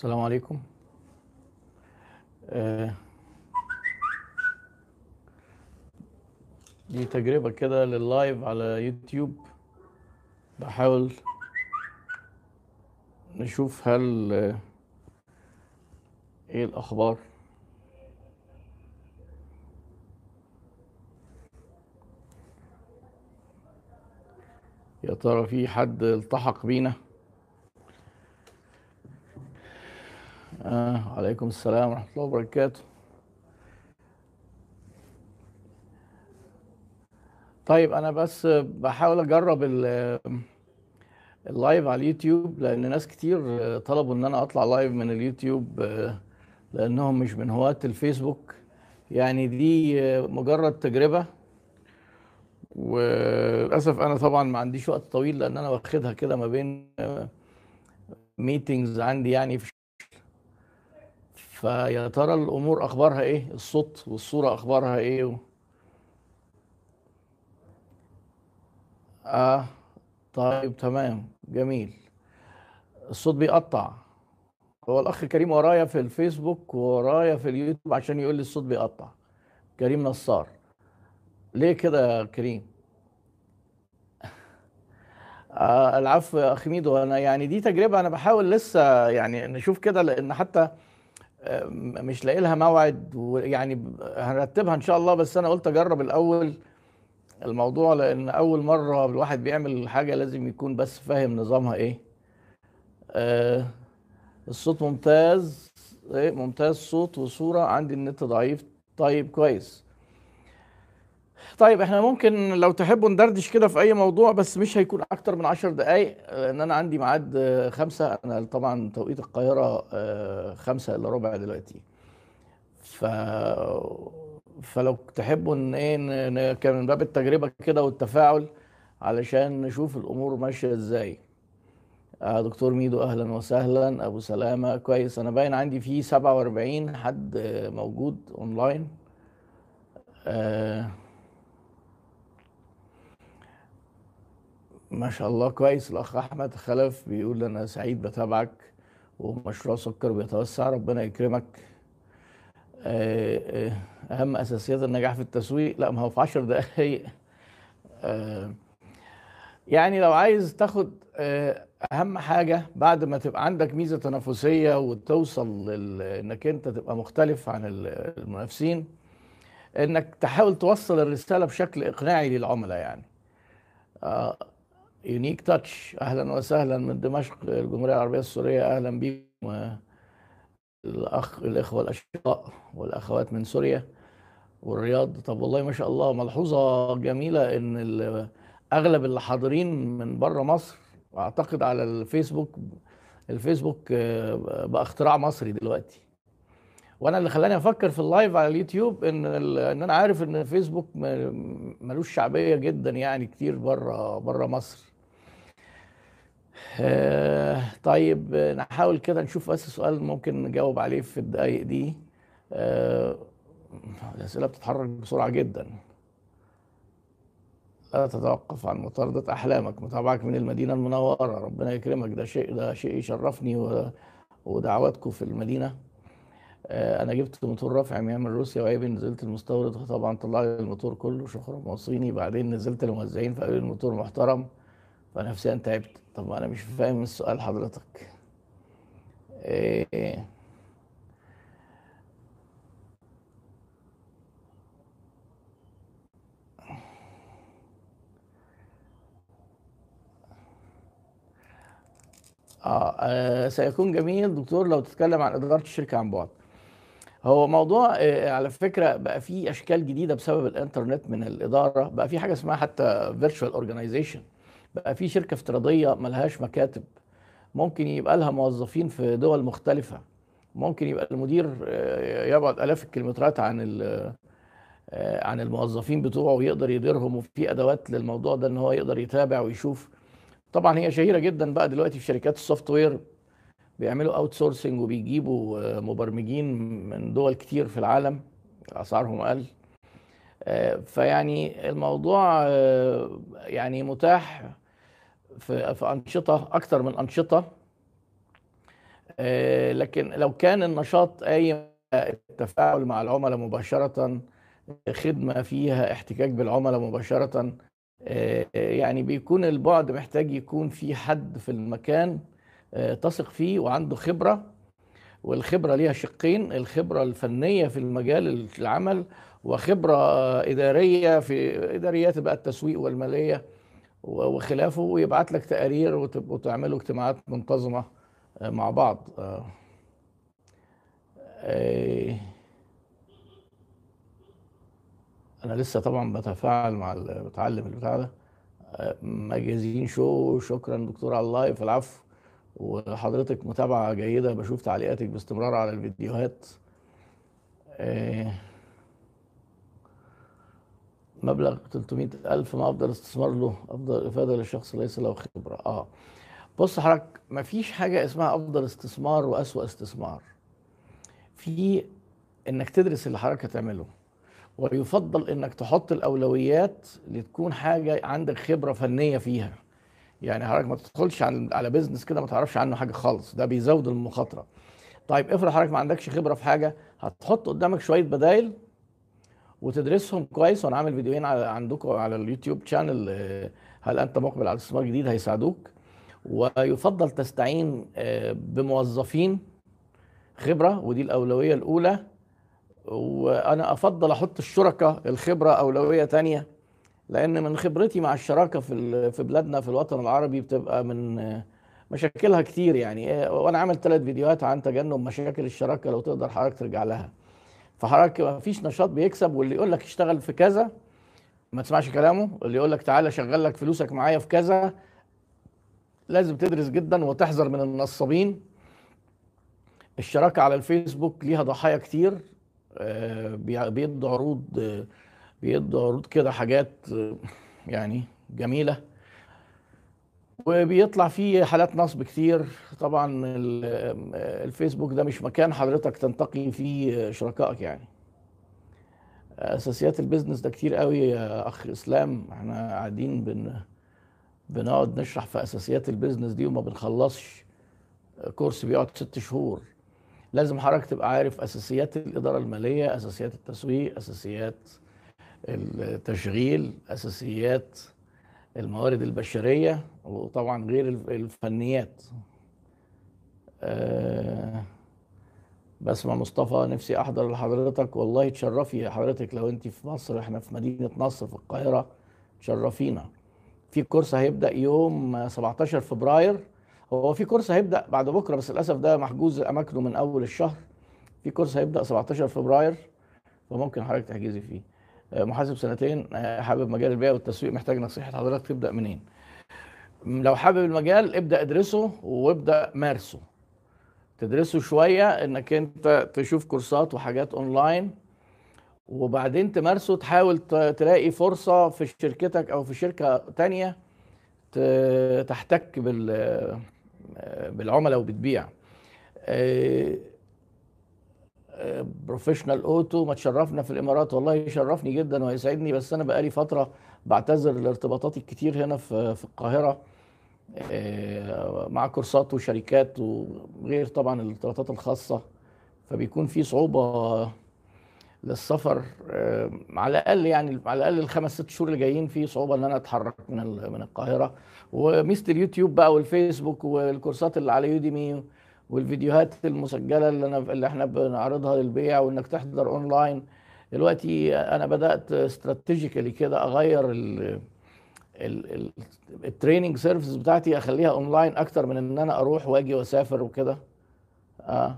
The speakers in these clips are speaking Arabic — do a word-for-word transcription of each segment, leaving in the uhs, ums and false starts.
السلام عليكم. آه، دي تجربة كده لللايف على يوتيوب. بحاول نشوف هل آه، ايه الأخبار. يا ترى في حد التحق بينا؟ آه عليكم السلام ورحمة الله وبركاته. طيب أنا بس بحاول أجرب ال- اللايف على اليوتيوب، لأن ناس كتير آه، طلبوا إن أنا أطلع لايف من اليوتيوب، آه، لأنهم مش من هواة الفيسبوك. يعني دي آه، مجرد تجربة، وللاسف انا طبعا ما عنديش وقت طويل، لان انا واخدها كده ما بين ميتينجز عندي يعني في. فيا ترى الامور اخبارها ايه، الصوت والصوره اخبارها ايه و... اه طيب تمام جميل. الصوت بيقطع. هو الاخ كريم ورايا في الفيسبوك ورايا في اليوتيوب عشان يقول لي الصوت بيقطع. كريم نصار. ليه كده يا كريم؟ آه العفو يا اخ ميدو، انا يعني دي تجربه، انا بحاول لسه يعني نشوف كده، لان حتى مش لاقي لها موعد، ويعني هنرتبها ان شاء الله، بس انا قلت اجرب الاول الموضوع، لان اول مره الواحد بيعمل حاجه لازم يكون بس فاهم نظامها ايه. آه الصوت ممتاز. ايه ممتاز، صوت وصوره. عندي النت ضعيف. طيب كويس. طيب احنا ممكن لو تحبوا ندردش كده في اي موضوع، بس مش هيكون اكتر من عشر دقايق، لان انا عندي ميعاد آه، خمسة. انا طبعا توقيت القاهره آه، خمسة الا ربع دلوقتي. ف فلو تحبوا ان ايه ن- ن- كان من باب التجربه كده والتفاعل، علشان نشوف الامور ماشيه ازاي. آه دكتور ميدو اهلا وسهلا. ابو سلامه كويس. انا باين عندي فيه سبعة واربعين حد آه، موجود اونلاين. آه ما شاء الله كويس. الاخ احمد خلف بيقول انا سعيد بتابعك، ومشروع سكر بيتوسع، ربنا يكرمك. آه آه اهم اساسيات النجاح في التسويق، لا ما هو في عشر دقائق. آه يعني لو عايز تاخد آه، اهم حاجه بعد ما تبقى عندك ميزه تنافسيه وتوصل لل- انك انت تبقى مختلف عن ال- المنافسين، انك تحاول توصل الرساله بشكل اقناعي للعملاء يعني. يونيك تاتش اهلا وسهلا من دمشق الجمهوريه العربيه السوريه، اهلا بيكم. آه، الاخ الاخوه الاشقاء والاخوات من سوريا والرياض. طب والله ما شاء الله، ملحوظه جميله ان ال- اغلب اللي حاضرين من بره مصر. اعتقد على الفيسبوك. الفيسبوك آه، بقى اختراع مصري دلوقتي. وانا اللي خلاني افكر في اللايف على اليوتيوب ان ال- ان انا عارف ان الفيسبوك م- ملوش شعبيه جدا يعني كتير بره بره مصر. آه، طيب آه، نحاول كده نشوف بس سؤال ممكن نجاوب عليه في الدقايق دي. آه، الاسئله بتتحرك بسرعه جدا. لا تتوقف عن مطاردة أحلامك، متابعك من المدينة المنورة، ربنا يكرمك. ده شيء ده شيء يشرفني و... ودعواتكم في المدينة. آه، أنا جبت موتور رافع من روسيا وعيبي، نزلت المستورد طبعا طلع لي الموتور كله شكرا موصيني، بعدين نزلت الموزعين فقالوا لي الموتور محترم، فنفسيا تعبت. طب أنا مش فاهم السؤال حضرتك. إيه. آه, آه سيكون جميل دكتور لو تتكلم عن إدارة الشركة عن بعد. هو موضوع آه، على فكرة بقى فيه أشكال جديدة بسبب الإنترنت من الإدارة. بقى في حاجة اسمها حتى فيرتشوال أورجانيزيشن. بقى في شركة افتراضية ملهاش مكاتب، ممكن يبقى لها موظفين في دول مختلفة. ممكن يبقى المدير آه، يبعد آلاف الكيلومترات عن ال- آه، عن الموظفين بتوعه، ويقدر يديرهم، وفي أدوات للموضوع ده إن هو يقدر يتابع ويشوف. طبعا هي شهيرة جدا بقى دلوقتي في شركات السوفت وير، بيعملوا اوت سورسنج وبيجيبوا آه، مبرمجين من دول كتير في العالم، اسعارهم اقل. آه، فيعني الموضوع آه، يعني متاح في في انشطه اكتر من انشطه. آه، لكن لو كان النشاط قايم التفاعل مع العملاء مباشرة، خدمة فيها احتكاك بالعملاء مباشرة، آه، يعني بيكون البعد محتاج يكون في حد في المكان آه، تثق فيه وعنده خبرة. والخبرة ليها شقين: الخبرة الفنية في المجال العمل، وخبرة إدارية في إداريات بقى التسويق والمالية وخلافه، ويبعت لك تقارير وتبقوا تعملوا اجتماعات منتظمة آه، مع بعض. آه، آه، أنا لسه طبعا بتفاعل مع ال- بتعلم البتاع ده. آه، مجازين شو، شكرا دكتور على اللايف، العفو. وحضرتك متابعة جيدة، بشوف تعليقاتك باستمرار على الفيديوهات. آه، مبلغ ثلاثمائة ألف ما أفضل استثمار له، أفضل إفادة للشخص ليس له خبرة. آه بص حضرتك، مفيش حاجة اسمها أفضل استثمار وأسوأ استثمار. في إنك تدرس اللي حضرتك هتعمله، ويفضل إنك تحط الأولويات لتكون حاجة عندك خبرة فنية فيها. يعني حضرتك ما تدخلش على على بيزنس كده ما تعرفش عنه حاجة خالص، ده بيزود المخاطرة. طيب افرض حضرتك ما عندكش خبرة في حاجة، هتحط قدامك شوية بدايل وتدرسهم كويس. وانا عامل فيديوهين على عندكم على اليوتيوب شانل، آه، هل انت مقبل على استثمار جديد، هيساعدوك. ويفضل تستعين آه، بموظفين خبرة، ودي الأولوية الأولى. وأنا أفضل أحط الشركاء الخبرة أولوية تانية، لأن من خبرتي مع الشراكة في ال- في بلادنا في الوطن العربي بتبقى من آه، مشاكلها كتير. يعني آه، وأنا عامل ثلاث فيديوهات عن تجنب مشاكل الشراكة، لو تقدر حضرتك ترجع لها. فحضرتك ما فيش نشاط بيكسب، واللي يقول لك اشتغل في كذا ما تسمعش كلامه. اللي يقول لك تعالى شغل لك فلوسك معايا في كذا، لازم تدرس جدا وتحذر من النصابين. الشراكة على الفيسبوك ليها ضحايا كتير. آه، بي- بيدوا عروض، آه، بيدوا عروض كده حاجات آه، يعني جميلة، وبيطلع فيه حالات نصب كتير. طبعا ال- آه، الفيسبوك ده مش مكان حضرتك تنتقي فيه شركائك يعني. اساسيات البيزنس ده كتير قوي يا اخ اسلام، احنا قاعدين بن بنقعد نشرح في اساسيات البيزنس دي وما بنخلصش. كورس بيقعد ست شهور. لازم حضرتك تبقى عارف اساسيات الاداره الماليه، اساسيات التسويق، اساسيات التشغيل، اساسيات الموارد البشريه، وطبعا غير الف- الفنيات. أه بسمة مصطفى، نفسي احضر لحضرتك. والله تشرفي حضرتك لو انت في مصر، احنا في مدينه نصر في القاهره، تشرفينا. في كورس هيبدأ يوم سبعتاشر فبراير. هو في كورس هيبدأ بعد بكرة، بس للأسف ده محجوز أماكنه من أول الشهر. في كورس هيبدأ سبعتاشر فبراير، فممكن حضرتك تحجزي فيه. آه، محاسب سنتين، آه، حابب مجال البيع والتسويق، محتاج نصيحة حضرتك تبدأ منين. لو حابب المجال ابدأ ادرسه وابدأ مارسه. تدرسه شوية انك انت تشوف كورسات وحاجات اونلاين، وبعدين تمارسه. تحاول ت- تلاقي فرصة في شركتك او في شركة تانية ت- تحتك بال بالعملاء وبتبيع. بروفيشنال اوتو، ما تشرفنا في الامارات. والله يشرفني جدا ويسعدني، بس انا بقالي فتره بعتذر لارتباطاتي الكتير هنا في في القاهره، آه، مع كورسات وشركات، وغير طبعا الارتباطات الخاصه. فبيكون في صعوبه للسفر. آه، على الاقل يعني على الاقل الخمس ست شهور اللي جايين في صعوبه ان انا اتحرك من ال- من القاهره. وميزه اليوتيوب بقى والفيسبوك والكورسات اللي على يوديمي والفيديوهات المسجله اللي انا اللي احنا بنعرضها للبيع، وانك تحضر اونلاين. دلوقتي انا بدات استراتيجيكالي كده اغير ال ال- ال- التريننج سيرفيس بتاعتي، اخليها اونلاين اكتر من ان انا اروح واجي واسافر وكده. اه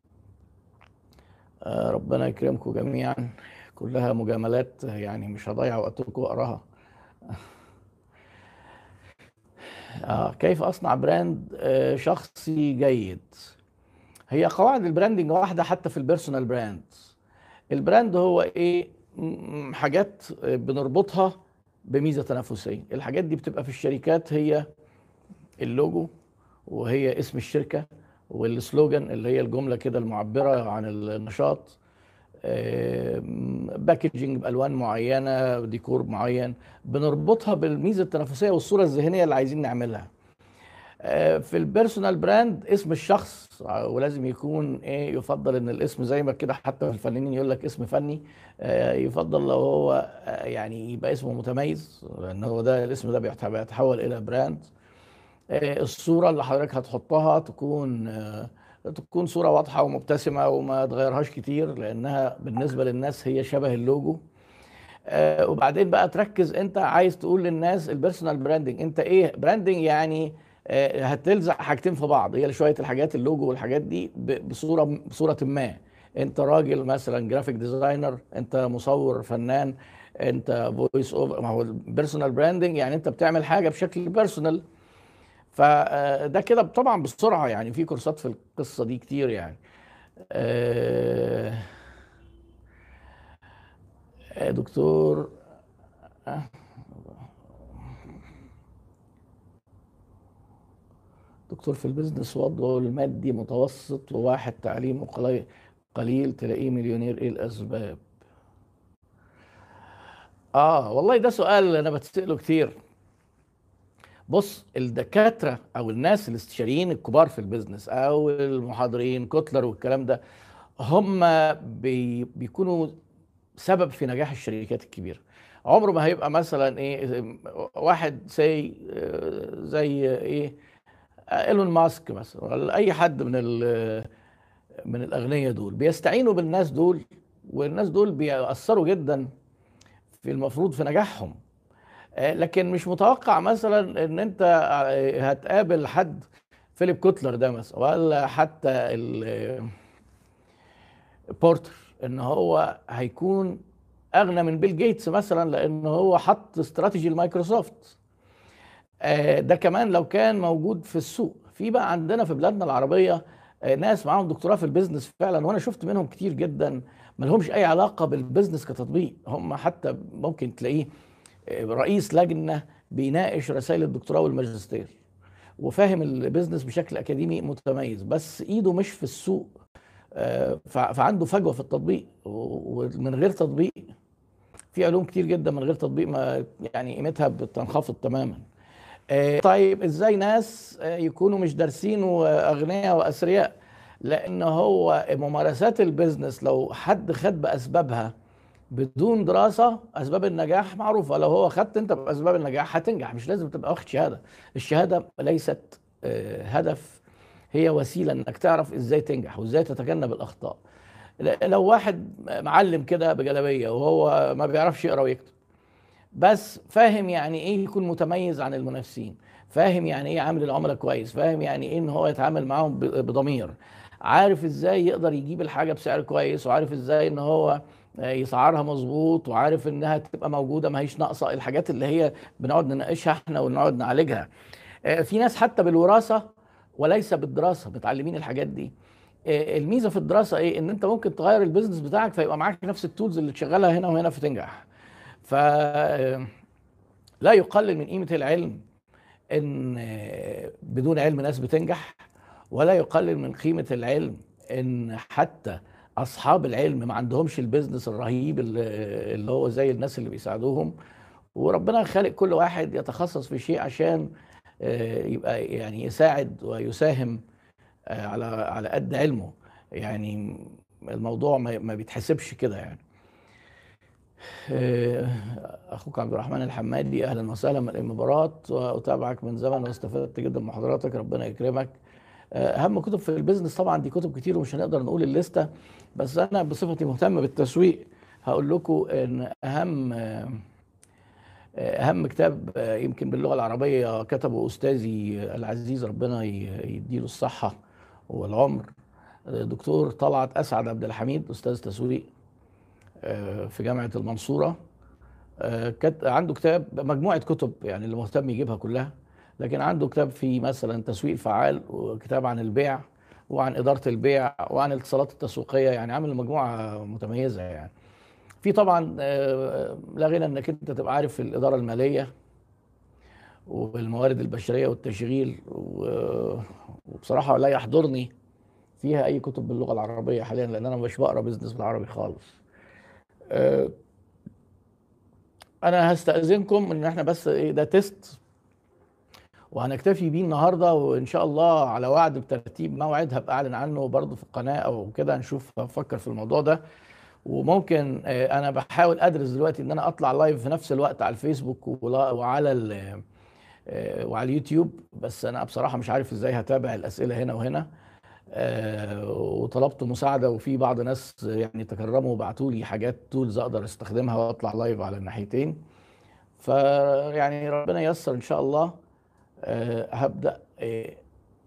آه، ربنا يكرمكم جميعا. كلها مجاملات يعني، مش هضيع وقتكم اقراها. آه كيف اصنع براند آه شخصي جيد؟ هي قواعد البراندنج واحده حتى في البيرسونال براند. البراند هو ايه؟ م- حاجات بنربطها بميزه تنافسيه. الحاجات دي بتبقى في الشركات هي اللوجو، وهي اسم الشركه، والسلوجان اللي هي الجمله كده المعبره عن النشاط، باكجينج بالوان معينه، ديكور معين، بنربطها بالميزه التنافسيه والصوره الذهنيه اللي عايزين نعملها. آه، في البيرسونال براند اسم الشخص، آه، ولازم يكون ايه، يفضل ان الاسم زي ما كده حتى في الفنانين يقول لك اسم فني. آه، يفضل لو هو آه، يعني يبقى اسمه متميز، لان هو ده الاسم ده بيتح- بيتحول الى براند. آه، الصورة اللي حضرتك هتحطها تكون آه، تكون صورة واضحة ومبتسمة وما تغيرهاش كتير، لأنها بالنسبة للناس هي شبه اللوجو. آه، وبعدين بقى تركز، انت عايز تقول للناس البيرسونال براندنج انت ايه. براندنج يعني آه، هتلزق حاجتين في بعض، هي شويه الحاجات اللوجو والحاجات دي ب- بصوره بصوره ما. انت راجل مثلا جرافيك ديزاينر، انت مصور فنان، انت فويس اوفر. ما هو البيرسونال براندنج يعني انت بتعمل حاجه بشكل بيرسونال. فده كده طبعا بسرعه، يعني في كورسات في القصه دي كتير يعني. آه، آه، دكتور آه، دكتور في البيزنس وضعه المادي متوسط، وواحد تعليمه قليل قليل تلاقيه مليونير، ايه الاسباب؟ اه والله ده سؤال انا بتسأله كتير. بص، الدكاترة او الناس الاستشاريين الكبار في البيزنس او المحاضرين كوتلر والكلام ده، هم بي بيكونوا سبب في نجاح الشركات الكبيرة. عمره ما هيبقى مثلا ايه واحد سي زي ايه ايلون ماسك مثلا، ولا اي حد من ال من الاغنياء دول بيستعينوا بالناس دول، والناس دول بيأثروا جدا في المفروض في نجاحهم. آه، لكن مش متوقع مثلا ان انت آه، هتقابل حد فيليب كوتلر ده مثلا، ولا حتى ال- بورتر، ان هو هيكون اغنى من بيل جيتس مثلا، لان هو حط استراتيجي المايكروسوفت. آه، ده كمان لو كان موجود في السوق. في بقى عندنا في بلادنا العربية آه، ناس معاهم دكتوراه في البيزنس فعلا، وانا شفت منهم كتير جدا ما لهمش اي علاقة بالبيزنس كتطبيق. هم حتى ممكن تلاقيه آه، رئيس لجنة بيناقش رسائل الدكتوراه والماجستير، وفاهم البيزنس بشكل اكاديمي متميز، بس ايده مش في السوق. آه، فع- فعنده فجوة في التطبيق، و- ومن غير تطبيق في علوم كتير جدا من غير تطبيق ما يعني قيمتها بتنخفض تماما. آه، طيب ازاي ناس آه، يكونوا مش دارسين واغنياء واثرياء؟ لان هو ممارسات البيزنس لو حد خد باسبابها بدون دراسه، اسباب النجاح معروفه. لو هو خدت انت باسباب النجاح هتنجح، مش لازم تبقى واخد شهاده. الشهاده ليست آه، هدف، هي وسيله انك تعرف ازاي تنجح وازاي تتجنب الاخطاء. ل- لو واحد معلم كده بجلابيه وهو ما بيعرفش يقرا ويكتب، بس فاهم يعني ايه يكون متميز عن المنافسين، فاهم يعني ايه عامل العملاء كويس، فاهم يعني ايه ان هو يتعامل معاهم ب- بضمير، عارف ازاي يقدر يجيب الحاجة بسعر كويس، وعارف ازاي ان هو آه، يسعرها مظبوط، وعارف انها تبقى موجودة ما هيش ناقصة. الحاجات اللي هي بنقعد نناقشها احنا ونقعد نعالجها. آه، في ناس حتى بالوراثة وليس بالدراسة متعلمين الحاجات دي. آه، الميزة في الدراسة ايه؟ ان انت ممكن تغير البيزنس بتاعك فيبقى معاك نفس التولز اللي تشغلها هنا وهنا فتنجح. ف لا يقلل من قيمة العلم ان بدون علم ناس بتنجح، ولا يقلل من قيمة العلم ان حتى اصحاب العلم ما عندهمش البيزنس الرهيب اللي اللي هو زي الناس اللي بيساعدوهم. وربنا خالق كل واحد يتخصص في شيء عشان آه، يبقى يعني يساعد ويساهم آه، على على قد علمه. يعني الموضوع ما ما بيتحسبش كده يعني. آه، اخوك عبد الرحمن الحمادي، اهلا وسهلا من الامارات، واتابعك من زمن واستفدت جدا من محاضراتك، ربنا يكرمك. آه، اهم كتب في البيزنس طبعا دي كتب كتير ومش هنقدر نقول الليسته، بس انا بصفتي مهتم بالتسويق هقول لكم ان اهم آه، اهم كتاب آه، يمكن باللغه العربيه كتبه استاذي العزيز، ربنا ي- يديله الصحه والعمر، آه، دكتور طلعت اسعد عبد الحميد، استاذ تسويق آه، في جامعه المنصوره. آه، كت... عنده كتاب، مجموعة كتب يعني اللي مهتم يجيبها كلها. لكن عنده كتاب في مثلا تسويق فعال، وكتاب عن البيع وعن إدارة البيع وعن الاتصالات التسويقية، يعني عامل مجموعة متميزة يعني. في طبعا آه، لا غنى انك انت تبقى عارف الإدارة المالية والموارد البشرية والتشغيل، و- وبصراحة لا يحضرني فيها أي كتب باللغة العربية حاليا، لأن أنا مش بقرا بيزنس بالعربي خالص. آه، أنا هستأذنكم إن احنا بس إيه ده تيست، وهنكتفي بيه النهارده، وان شاء الله على وعد بترتيب موعد هبقى اعلن عنه برضه في القناه او كده، نشوف هفكر في الموضوع ده. وممكن آه، انا بحاول ادرس دلوقتي ان انا اطلع لايف في نفس الوقت على الفيسبوك ولا- وعلى ال- آه، وعلى اليوتيوب، بس انا بصراحه مش عارف ازاي هتابع الاسئله هنا وهنا. آه، وطلبت مساعده، وفي بعض ناس يعني تكرموا وبعتوا لي حاجات تولز اقدر استخدمها واطلع لايف على الناحيتين. فيعني ربنا ييسر ان شاء الله. آه، هبدا آه،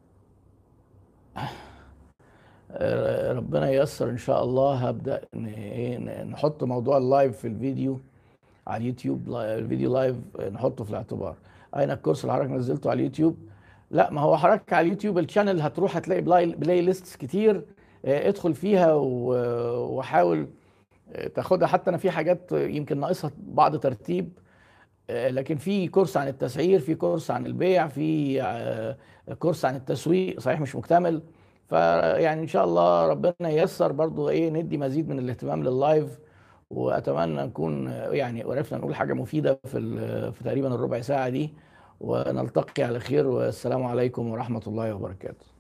آه، ربنا ييسر ان شاء الله. هبدا ن- إيه، ن- نحط موضوع اللايف في الفيديو على اليوتيوب، لا- الفيديو لايف نحطه في الاعتبار. اين الكورس اللي حضرتك نزلته على اليوتيوب؟ لا، ما هو حضرتك على اليوتيوب الشانل هتروح هتلاقي بلاي, بلاي ليست كتير. آه، ادخل فيها و- وحاول آه، تاخدها. حتى انا في حاجات يمكن ناقصها بعض ترتيب، آه، لكن في كورس عن التسعير، في كورس عن البيع، في آه، كورس عن التسويق، صحيح مش مكتمل. فيعني ان شاء الله ربنا ييسر برضو ايه ندي مزيد من الاهتمام لللايف. واتمنى نكون آه، يعني عرفنا نقول حاجة مفيدة في ال- في تقريبا الربع ساعة دي. ونلتقي على خير، والسلام عليكم ورحمة الله وبركاته.